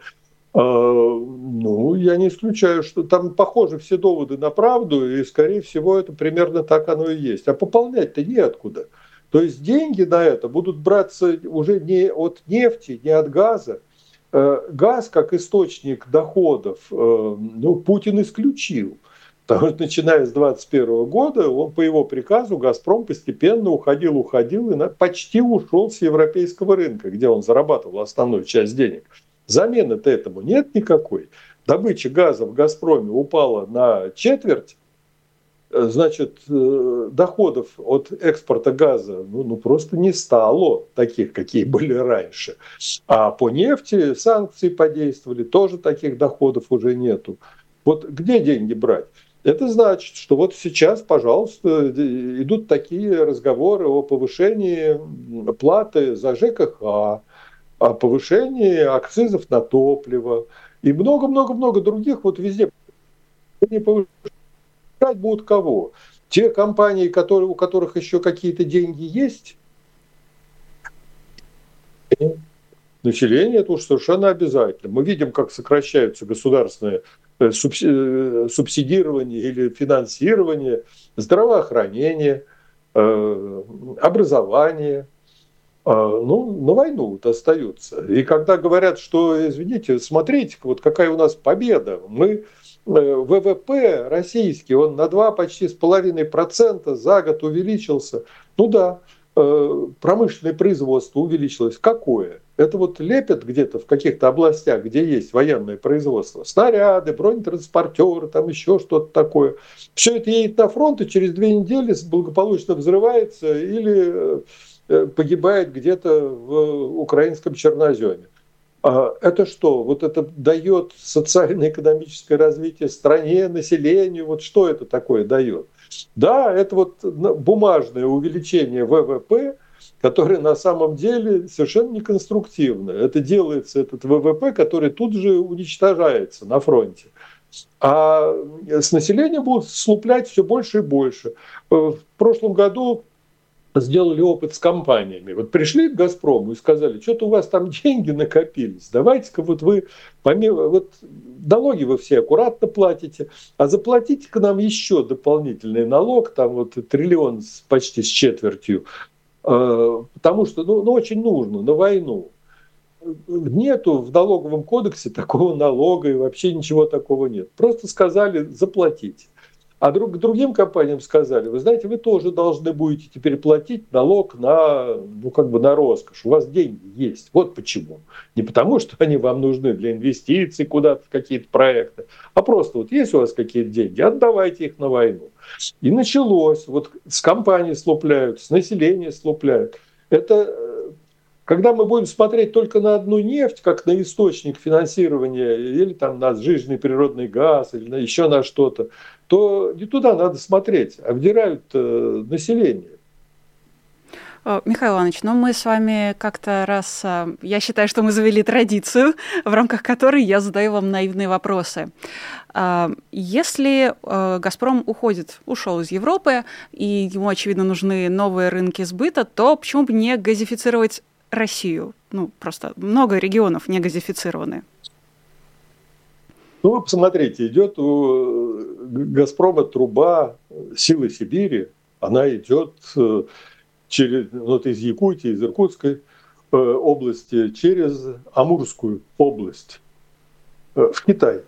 Ну, я не исключаю, что там похожи все доводы на правду, и, скорее всего, это примерно так оно и есть. А пополнять-то неоткуда. То есть деньги на это будут браться уже не от нефти, не от газа. Газ как источник доходов, ну, Путин исключил. Потому что начиная с двадцать первого года, он по его приказу «Газпром» постепенно уходил, уходил и почти ушел с европейского рынка, где он зарабатывал основную часть денег. Замены-то этому нет никакой. Добыча газа в «Газпроме» упала на четверть. Значит, доходов от экспорта газа ну, ну, просто не стало таких, какие были раньше. А по нефти санкции подействовали, тоже таких доходов уже нету. Вот где деньги брать? Это значит, что вот сейчас, пожалуйста, идут такие разговоры о повышении платы за ЖКХ, о повышении акцизов на топливо и много-много-много других вот везде повышения. Будут кого? Те компании, которые, у которых еще какие-то деньги есть, население это уж совершенно обязательно. Мы видим, как сокращаются государственные субсидирование или финансирование, здравоохранение, образование. Ну, на войну вот остаются. И когда говорят, что, извините, смотрите, вот какая у нас победа, мы ВВП российский, он на два почти с половиной процента за год увеличился. Ну да, промышленное производство увеличилось. Какое? Это вот лепят где-то в каких-то областях, где есть военное производство, снаряды, бронетранспортеры, там еще что-то такое. Все это едет на фронт и через две недели благополучно взрывается или погибает где-то в украинском черноземе. Это что? Вот это дает социально-экономическое развитие стране, населению? Вот что это такое дает? Да, это вот бумажное увеличение вэ вэ пэ, которое на самом деле совершенно неконструктивно. Это делается, этот вэ вэ пэ, который тут же уничтожается на фронте. А с населением будут слуплять все больше и больше. В прошлом году сделали опыт с компаниями. Вот пришли к «Газпрому» и сказали, что-то у вас там деньги накопились, давайте-ка вот вы, помимо, вот налоги вы все аккуратно платите, а заплатите-ка нам еще дополнительный налог, там вот триллион почти с четвертью, потому что ну, ну, очень нужно на войну. Нету в налоговом кодексе такого налога и вообще ничего такого нет. Просто сказали заплатить. А друг, другим компаниям сказали, вы знаете, вы тоже должны будете теперь платить налог на, ну, как бы на роскошь. У вас деньги есть. Вот почему. Не потому, что они вам нужны для инвестиций куда-то в какие-то проекты, а просто вот есть у вас какие-то деньги, отдавайте их на войну. И началось. Вот с компаний слупляют, с населения слупляют. Это когда мы будем смотреть только на одну нефть, как на источник финансирования, или там на сжиженный природный газ, или на еще на что-то, то не туда надо смотреть, обдирают э, население. Михаил Иванович, ну мы с вами как-то раз, я считаю, что мы завели традицию, в рамках которой я задаю вам наивные вопросы. Если «Газпром» уходит, ушел из Европы, и ему, очевидно, нужны новые рынки сбыта, то почему бы не газифицировать Россию? Ну, просто много регионов не газифицированы. Ну, вы посмотрите, идет у «Газпрома» труба «Силы Сибири», она идет через, вот из Якутии, из Иркутской области, через Амурскую область в Китай.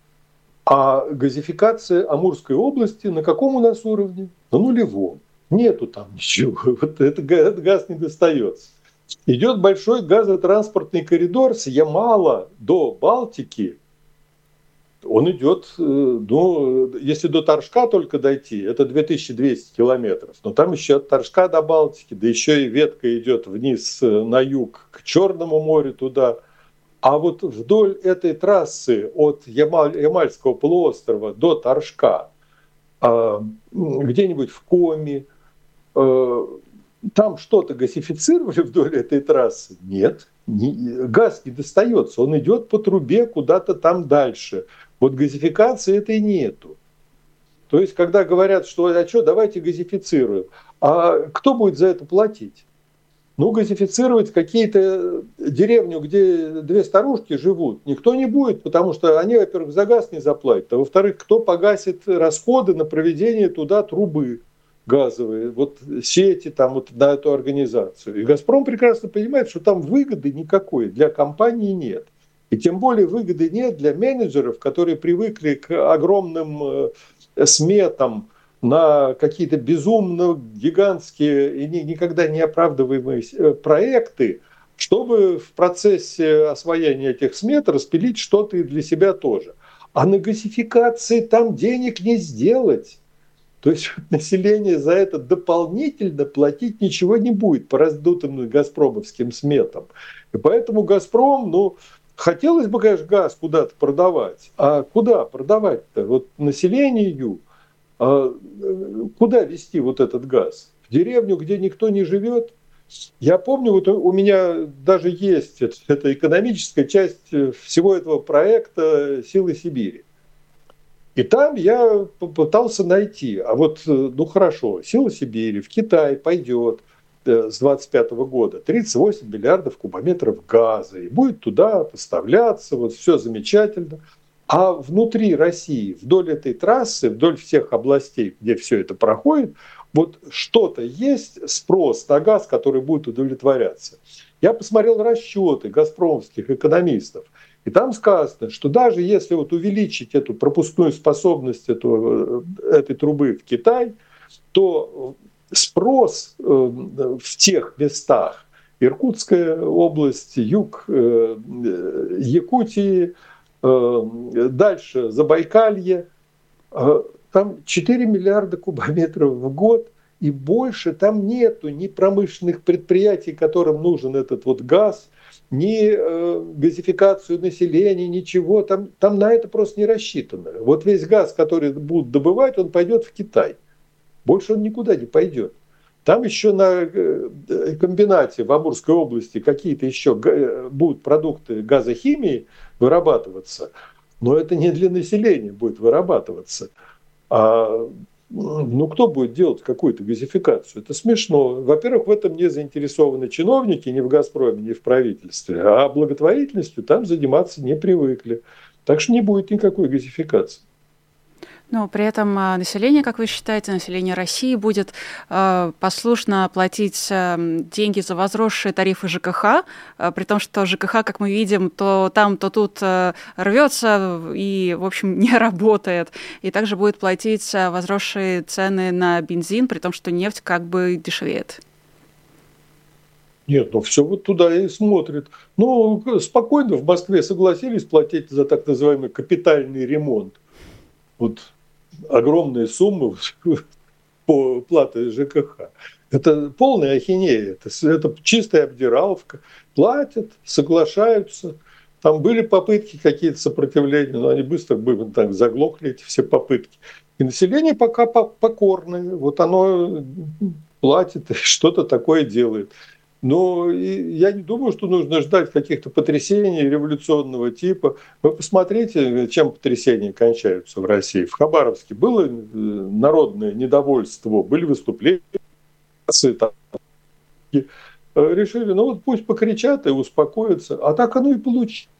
А газификация Амурской области на каком у нас уровне? На нулевом. Нету там ничего. Вот этот газ не достается. Идет большой газотранспортный коридор с Ямала до Балтики. Он идет, ну, если до Торжка только дойти, это две тысячи двести километров. Но там еще от Торжка до Балтики, да еще и ветка идет вниз на юг к Черному морю туда. А вот вдоль этой трассы от Ямаль, Ямальского полуострова до Торжка, где-нибудь в Коми, там что-то газифицировали вдоль этой трассы? Нет. Не, газ не достается, он идет по трубе куда-то там дальше. Вот газификации этой нету. То есть, когда говорят, что а что, давайте газифицируем, а кто будет за это платить? Ну, газифицировать какие-то деревни, где две старушки живут, никто не будет, потому что они, во-первых, за газ не заплатят, а во-вторых, кто погасит расходы на проведение туда трубы газовые, вот сети там вот на эту организацию. И «Газпром» прекрасно понимает, что там выгоды никакой для компании нет. И тем более выгоды нет для менеджеров, которые привыкли к огромным сметам на какие-то безумно гигантские и никогда не оправдываемые проекты, чтобы в процессе освоения этих смет распилить что-то и для себя тоже. А на газификации там денег не сделать. То есть население за это дополнительно платить ничего не будет по раздутым газпромовским сметам. И поэтому «Газпром», ну, хотелось бы, конечно, газ куда-то продавать. А куда продавать-то? Вот населению, а куда везти вот этот газ? В деревню, где никто не живет? Я помню, вот у меня даже есть эта экономическая часть всего этого проекта «Силы Сибири». И там я попытался найти, а вот, ну хорошо, «Сила Сибири» в Китай пойдет с двадцать пятого года тридцать восемь миллиардов кубометров газа, и будет туда поставляться, вот все замечательно. А внутри России, вдоль этой трассы, вдоль всех областей, где все это проходит, вот что-то есть, спрос на газ, который будет удовлетворяться. Я посмотрел расчеты газпромовских экономистов, и там сказано, что даже если вот увеличить эту пропускную способность эту, этой трубы в Китай, то спрос в тех местах, Иркутская область, юг Якутии, дальше Забайкалье. Там четыре миллиарда кубометров в год, и больше там нету ни промышленных предприятий, которым нужен этот вот газ, ни газификацию населения, ничего. Там, там на это просто не рассчитано. Вот весь газ, который будут добывать, он пойдет в Китай. Больше он никуда не пойдет. Там еще на комбинате в Амурской области какие-то еще будут продукты газохимии вырабатываться, но это не для населения будет вырабатываться. А ну, кто будет делать какую-то газификацию? Это смешно. Во-первых, в этом не заинтересованы чиновники ни в «Газпроме», ни в правительстве, а благотворительностью там заниматься не привыкли. Так что не будет никакой газификации. Но при этом население, как вы считаете, население России будет э, послушно платить э, деньги за возросшие тарифы ЖКХ, э, при том, что ЖКХ, как мы видим, то там, то тут э, рвется и, в общем, не работает. И также будет платить возросшие цены на бензин, при том, что нефть как бы дешевеет. Нет, ну все вот туда и смотрят. Ну, спокойно в Москве согласились платить за так называемый капитальный ремонт. Вот огромные суммы по плате ЖКХ. Это полная ахинея, это, это чистая обдираловка. Платят, соглашаются. Там были попытки какие-то сопротивления, но они быстро бы так заглохли, эти все попытки. И население пока покорное. Вот оно платит и что-то такое делает. Но я не думаю, что нужно ждать каких-то потрясений революционного типа. Вы посмотрите, чем потрясения кончаются в России. В Хабаровске было народное недовольство, были выступления, там, решили, ну вот пусть покричат и успокоятся. А так оно и получилось.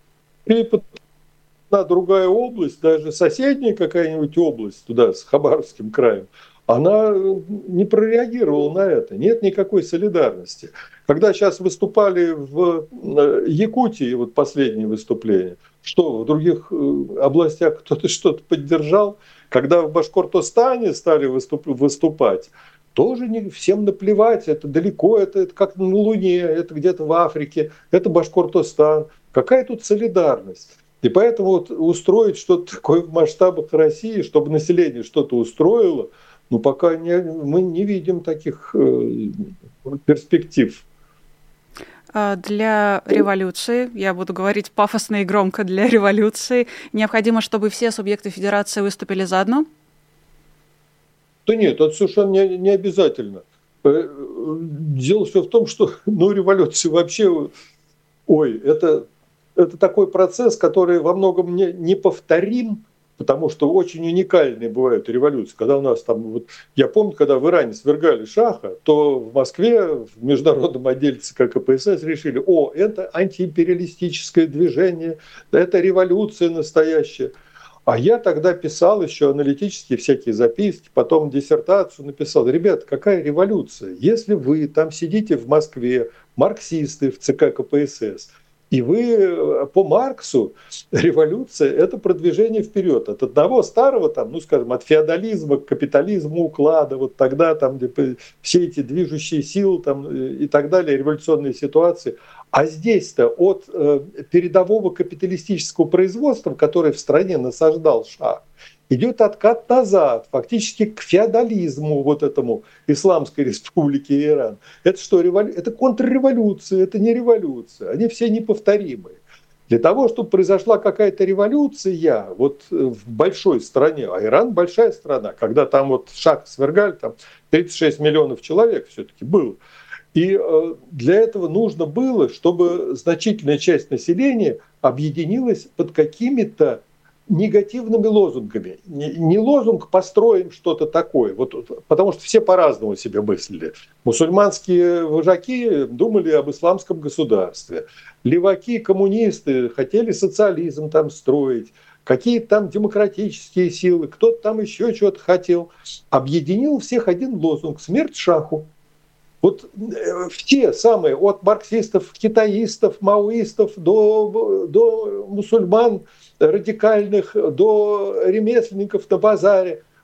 Одна другая область, даже соседняя какая-нибудь область туда с Хабаровским краем, она не прореагировала на это. Нет никакой солидарности. Когда сейчас выступали в Якутии, вот последнее выступление, что в других областях кто-то что-то поддержал, когда в Башкортостане стали выступ- выступать, тоже не всем наплевать, это далеко, это, это как на Луне, это где-то в Африке, это Башкортостан. Какая тут солидарность? И поэтому вот устроить что-то такое в масштабах России, чтобы население что-то устроило, ну, пока не, мы не видим таких э, перспектив. Для революции, я буду говорить пафосно и громко, для революции необходимо, чтобы все субъекты федерации выступили заодно? Да нет, это совершенно не, не обязательно. Дело все в том, что ну, революция вообще, ой, это, это такой процесс, который во многом не, неповторим, потому что очень уникальные бывают революции. Когда у нас там, вот, я помню, когда в Иране свергали шаха, то в Москве, в международном отделе ЦК КПСС решили, о, это антиимпериалистическое движение, это революция настоящая. А я тогда писал еще аналитические всякие записки, потом диссертацию написал. Ребята, какая революция? Если вы там сидите в Москве, марксисты в ЦК КПСС, и вы по Марксу, революция – это продвижение вперед. От одного старого, там, ну, скажем, от феодализма к капитализму уклада, вот тогда там где все эти движущие силы там, и так далее, революционные ситуации. А здесь-то от э, передового капиталистического производства, которое в стране насаждал шах, идет откат назад, фактически к феодализму вот этому Исламской республики Иран. Это что, револю... это контрреволюция, это не революция, они все неповторимые. Для того, чтобы произошла какая-то революция вот в большой стране, а Иран большая страна, когда там вот шах свергали, там тридцать шесть миллионов человек все-таки было. И для этого нужно было, чтобы значительная часть населения объединилась под какими-то негативными лозунгами. Не лозунг «построим что-то такое», вот, потому что все по-разному себе мыслили. Мусульманские вожаки думали об исламском государстве. Леваки, коммунисты хотели социализм там строить. Какие-то там демократические силы, кто-то там еще что-то хотел. Объединил всех один лозунг «Смерть шаху». Вот все самые, от марксистов, китаистов, маоистов до, до мусульман радикальных, до ремесленников на базаре,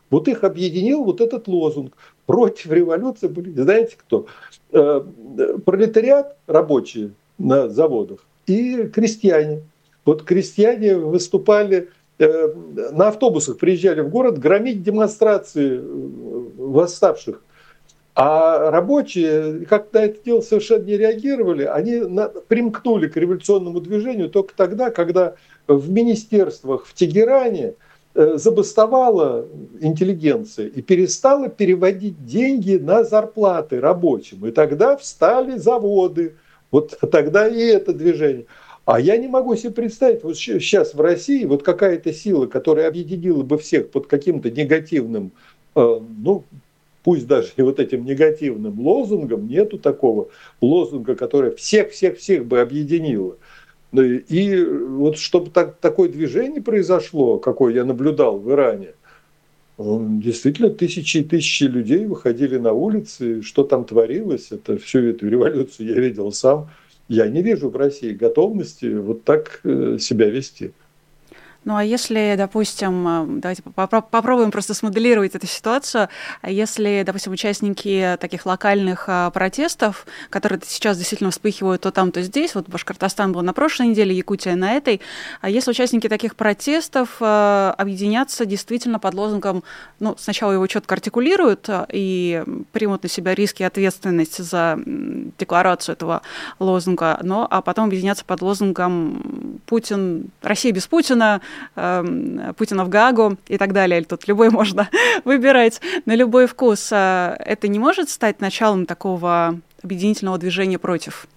Вот их объединил вот этот лозунг. Против революции были, знаете кто? Пролетариат, рабочие на заводах, и крестьяне. Вот крестьяне выступали, на автобусах приезжали в город громить демонстрации восставших. А рабочие, как на это дело совершенно не реагировали, они на, примкнули к революционному движению только тогда, когда в министерствах в Тегеране э, забастовала интеллигенция и перестала переводить деньги на зарплаты рабочим. И тогда встали заводы. Вот тогда и это движение. А я не могу себе представить, вот сейчас в России вот какая-то сила, которая объединила бы всех под каким-то негативным, э, ну, пусть даже и вот этим негативным лозунгом, нету такого лозунга, который всех-всех-всех бы объединило. И вот чтобы так, такое движение произошло, какое я наблюдал в Иране, действительно тысячи и тысячи людей выходили на улицы, что там творилось, это всю эту революцию я видел сам. Я не вижу в России готовности вот так себя вести. Ну а если, допустим, давайте попробуем просто смоделировать эту ситуацию, если, допустим, участники таких локальных протестов, которые сейчас действительно вспыхивают то там, то здесь, вот Башкортостан был на прошлой неделе, Якутия на этой, а если участники таких протестов объединятся действительно под лозунгом, ну, сначала его четко артикулируют и примут на себя риски и ответственность за декларацию этого лозунга, но а потом объединятся под лозунгом «Путин, Россия без Путина», Путина в Гаагу и так далее. Тут любой можно выбирать на любой вкус. Это не может стать началом такого объединительного движения против?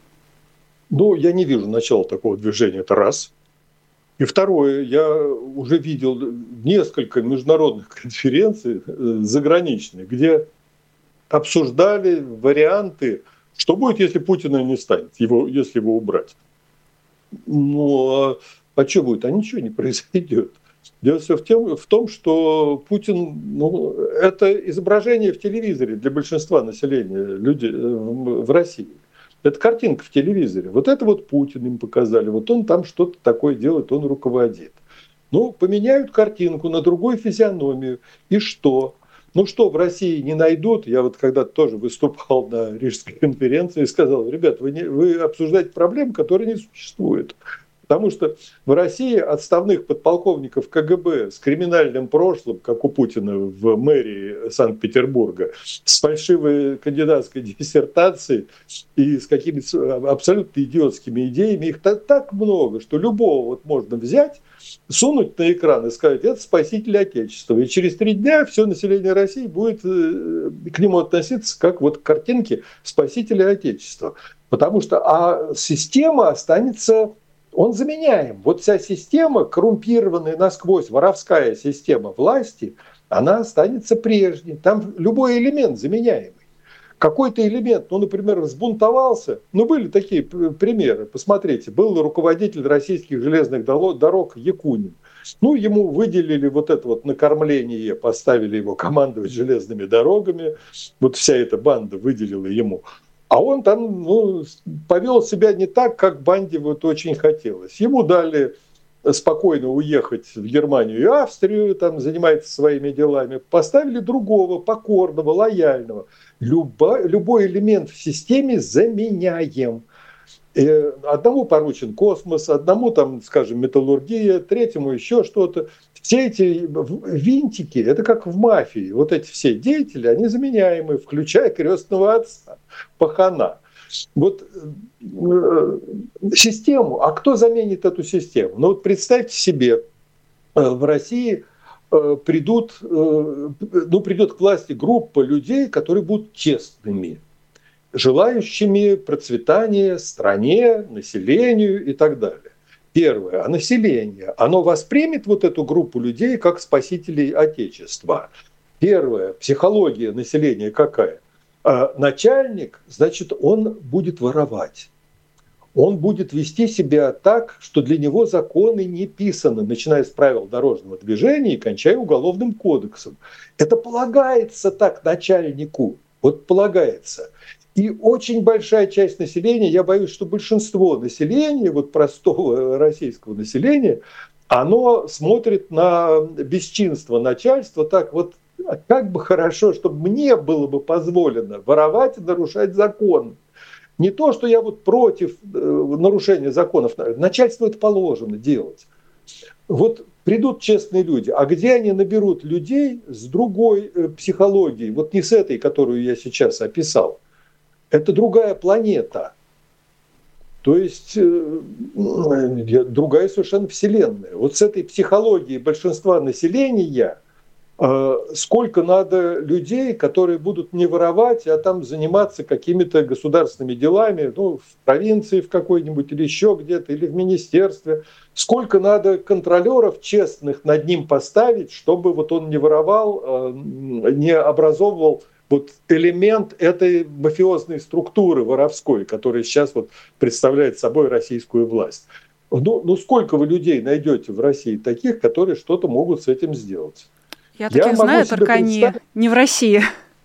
Ну, я не вижу начала такого движения, это раз. И второе, я уже видел несколько международных конференций заграничных, где обсуждали варианты, что будет, если Путина не станет, его, если его убрать. Ну, а что будет? А ничего не произойдет. Дело все в, тем, в том, что Путин, ну, это изображение в телевизоре для большинства населения людей в России. Это картинка в телевизоре. Вот это вот Путин им показали. Вот он там что-то такое делает, он руководит. Ну, поменяют картинку на другую физиономию. И что? Ну что, в России не найдут? Я вот когда-то тоже выступал на Рижской конференции и сказал: ребят, вы, не, вы обсуждаете проблемы, которые не существуют. Потому что в России отставных подполковников ка гэ бэ с криминальным прошлым, как у Путина в мэрии Санкт-Петербурга, с фальшивой кандидатской диссертацией и с какими-то абсолютно идиотскими идеями, их так, так много, что любого вот можно взять, сунуть на экран и сказать: это спаситель Отечества. И через три дня все население России будет к нему относиться как вот к картинке спасителя Отечества. Потому что а система останется... Он заменяем. Вот вся система, коррумпированная насквозь, воровская система власти, она останется прежней. Там любой элемент заменяемый. Какой-то элемент, ну, например, взбунтовался. Ну, были такие примеры. Посмотрите, был руководитель российских железных дорог Якунин. Ну, ему выделили вот это вот накормление, поставили его командовать железными дорогами. Вот вся эта банда выделила ему. А он там, ну, повел себя не так, как банде вот очень хотелось. Ему дали спокойно уехать в Германию и Австрию, там занимается своими делами. Поставили другого, покорного, лояльного. Любо, любой элемент в системе заменяем. И одному поручен космос, одному, там, скажем, металлургия, третьему еще что-то. Все эти винтики, это как в мафии. Вот эти все деятели, они заменяемые, включая крестного отца, пахана. Вот э, систему, а кто заменит эту систему? Ну вот представьте себе, э, в России э, придут, э, ну, придет к власти группа людей, которые будут честными, желающими процветания стране, населению и так далее. Первое. А население, оно воспримет вот эту группу людей как спасителей Отечества. Первое. Психология населения какая? А начальник, значит, он будет воровать. Он будет вести себя так, что для него законы не писаны, начиная с правил дорожного движения и кончая уголовным кодексом. Это полагается так начальнику. Вот полагается. И очень большая часть населения, я боюсь, что большинство населения, вот простого российского населения, оно смотрит на бесчинство начальства так вот, как бы хорошо, чтобы мне было бы позволено воровать и нарушать закон. Не то, что я вот против нарушения законов, начальству это положено делать. Вот придут честные люди, а где они наберут людей с другой психологией, вот не с этой, которую я сейчас описал. Это другая планета. То есть другая совершенно вселенная. Вот с этой психологией большинства населения сколько надо людей, которые будут не воровать, а там заниматься какими-то государственными делами, ну, в провинции в какой-нибудь или еще где-то, или в министерстве. Сколько надо контролеров честных над ним поставить, чтобы вот он не воровал, не образовывал вот элемент этой мафиозной структуры воровской, которая сейчас вот представляет собой российскую власть. Ну, ну сколько вы людей найдете в России таких, которые что-то могут с этим сделать? Я таких Я знаю, только они не в России.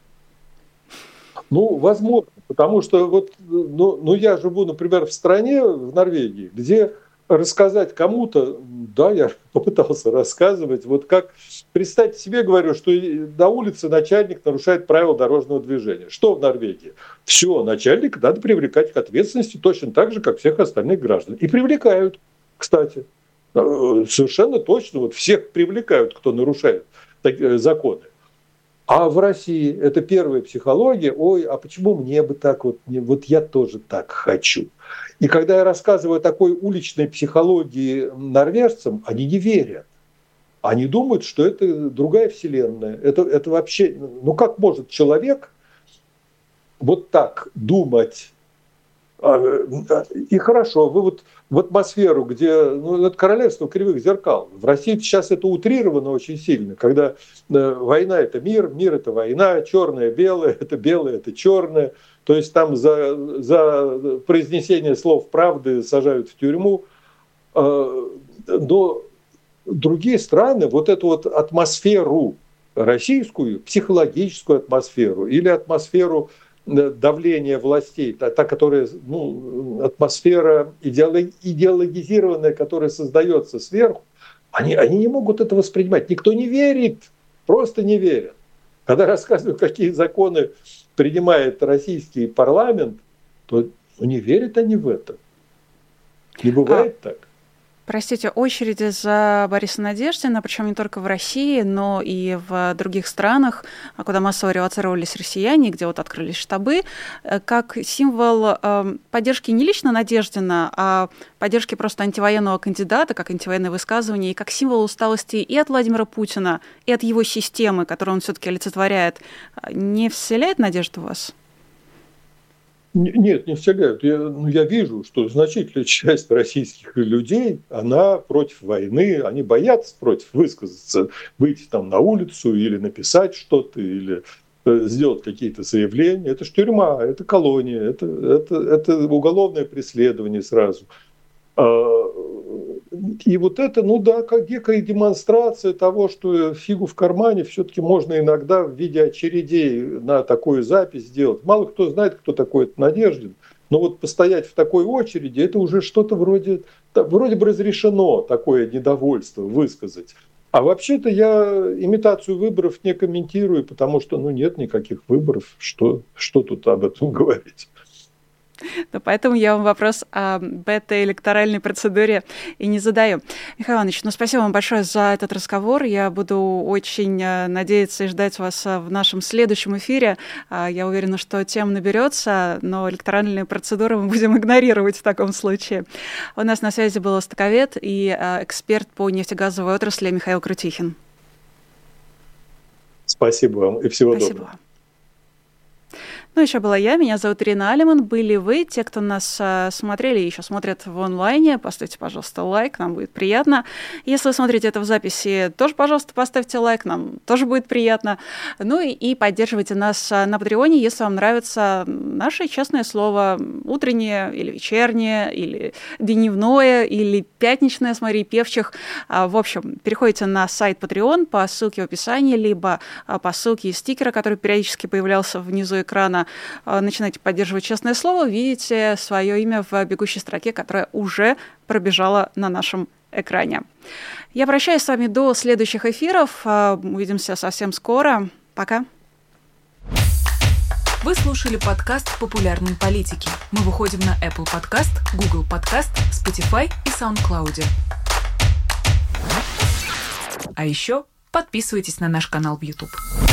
Ну, возможно, потому что вот, ну, ну, я живу, например, в стране, в Норвегии, где рассказать кому-то, да, я попытался рассказывать, вот как, представьте себе, говорю, что на улице начальник нарушает правила дорожного движения. Что в Норвегии? Все, начальника надо привлекать к ответственности точно так же, как всех остальных граждан. И привлекают, кстати, совершенно точно, вот всех привлекают, кто нарушает законы. А в России это первая психология, ой, а почему мне бы так вот, вот я тоже так хочу. И когда я рассказываю о такой уличной психологии норвежцам, они не верят. Они думают, что это другая вселенная. Это, это вообще, ну как может человек вот так думать? И хорошо, вы вот в атмосферу, где, ну, это королевство кривых зеркал. В России сейчас это утрировано очень сильно, когда э, война – это мир, мир – это война, черное – белое, это белое – это черное. То есть там за, за произнесение слов правды сажают в тюрьму. Э, но другие страны вот эту вот атмосферу российскую, психологическую атмосферу или атмосферу давление властей, та, та которая, ну, атмосфера идеологизированная, которая создается сверху, они, они не могут это воспринимать. Никто не верит, просто не верит. Когда рассказываю, какие законы принимает российский парламент, то ну, не верят они в это. Не бывает а... так. Простите, очереди за Борисом Надеждиным, причем не только в России, но и в других странах, куда массово релоцировались россияне, где вот открылись штабы, как символ поддержки не лично Надеждина, а поддержки просто антивоенного кандидата, как антивоенное высказывание, и как символ усталости и от Владимира Путина, и от его системы, которую он все-таки олицетворяет, не вселяет надежду в вас? Нет, не вселяют. Я, ну, я вижу, что значительная часть российских людей, она против войны, они боятся против высказаться, выйти там на улицу или написать что-то, или сделать какие-то заявления. Это ж тюрьма, это колония, это, это, это уголовное преследование сразу. И вот это, ну да, как некая демонстрация того, что фигу в кармане все-таки можно иногда в виде очередей на такую запись сделать. Мало кто знает, кто такой этот Надеждин, но вот постоять в такой очереди, это уже что-то вроде, вроде бы разрешено такое недовольство высказать. А вообще-то я имитацию выборов не комментирую, потому что ну, нет никаких выборов, что, что тут об этом говорить. Но поэтому я вам вопрос об этой электоральной процедуре и не задаю. Михаил Иванович, ну спасибо вам большое за этот разговор. Я буду очень надеяться и ждать вас в нашем следующем эфире. Я уверена, что тем наберется, но электоральные процедуры мы будем игнорировать в таком случае. У нас на связи был востоковед и эксперт по нефтегазовой отрасли Михаил Крутихин. Спасибо вам и всего спасибо доброго. Вам. Ну, еще была я, меня зовут Ирина Алиман. Были вы, те, кто нас а, смотрели и еще смотрят в онлайне, поставьте, пожалуйста, лайк, нам будет приятно. Если вы смотрите это в записи, тоже, пожалуйста, поставьте лайк, нам тоже будет приятно. Ну и, и поддерживайте нас на Патреоне, если вам нравится наше честное слово, утреннее или вечернее, или дневное, или пятничное с Марией Певчих. А, в общем, переходите на сайт Patreon по ссылке в описании, либо а, по ссылке из стикера, который периодически появлялся внизу экрана. обязательно начинайте поддерживать «Честное слово», видите свое имя в бегущей строке, которая уже пробежала на нашем экране. Я прощаюсь с вами до следующих эфиров. Увидимся совсем скоро. Пока. Вы слушали подкаст «Популярные политики». Мы выходим на Apple Podcast, Google Podcast, Spotify и SoundCloud. А еще подписывайтесь на наш канал в YouTube.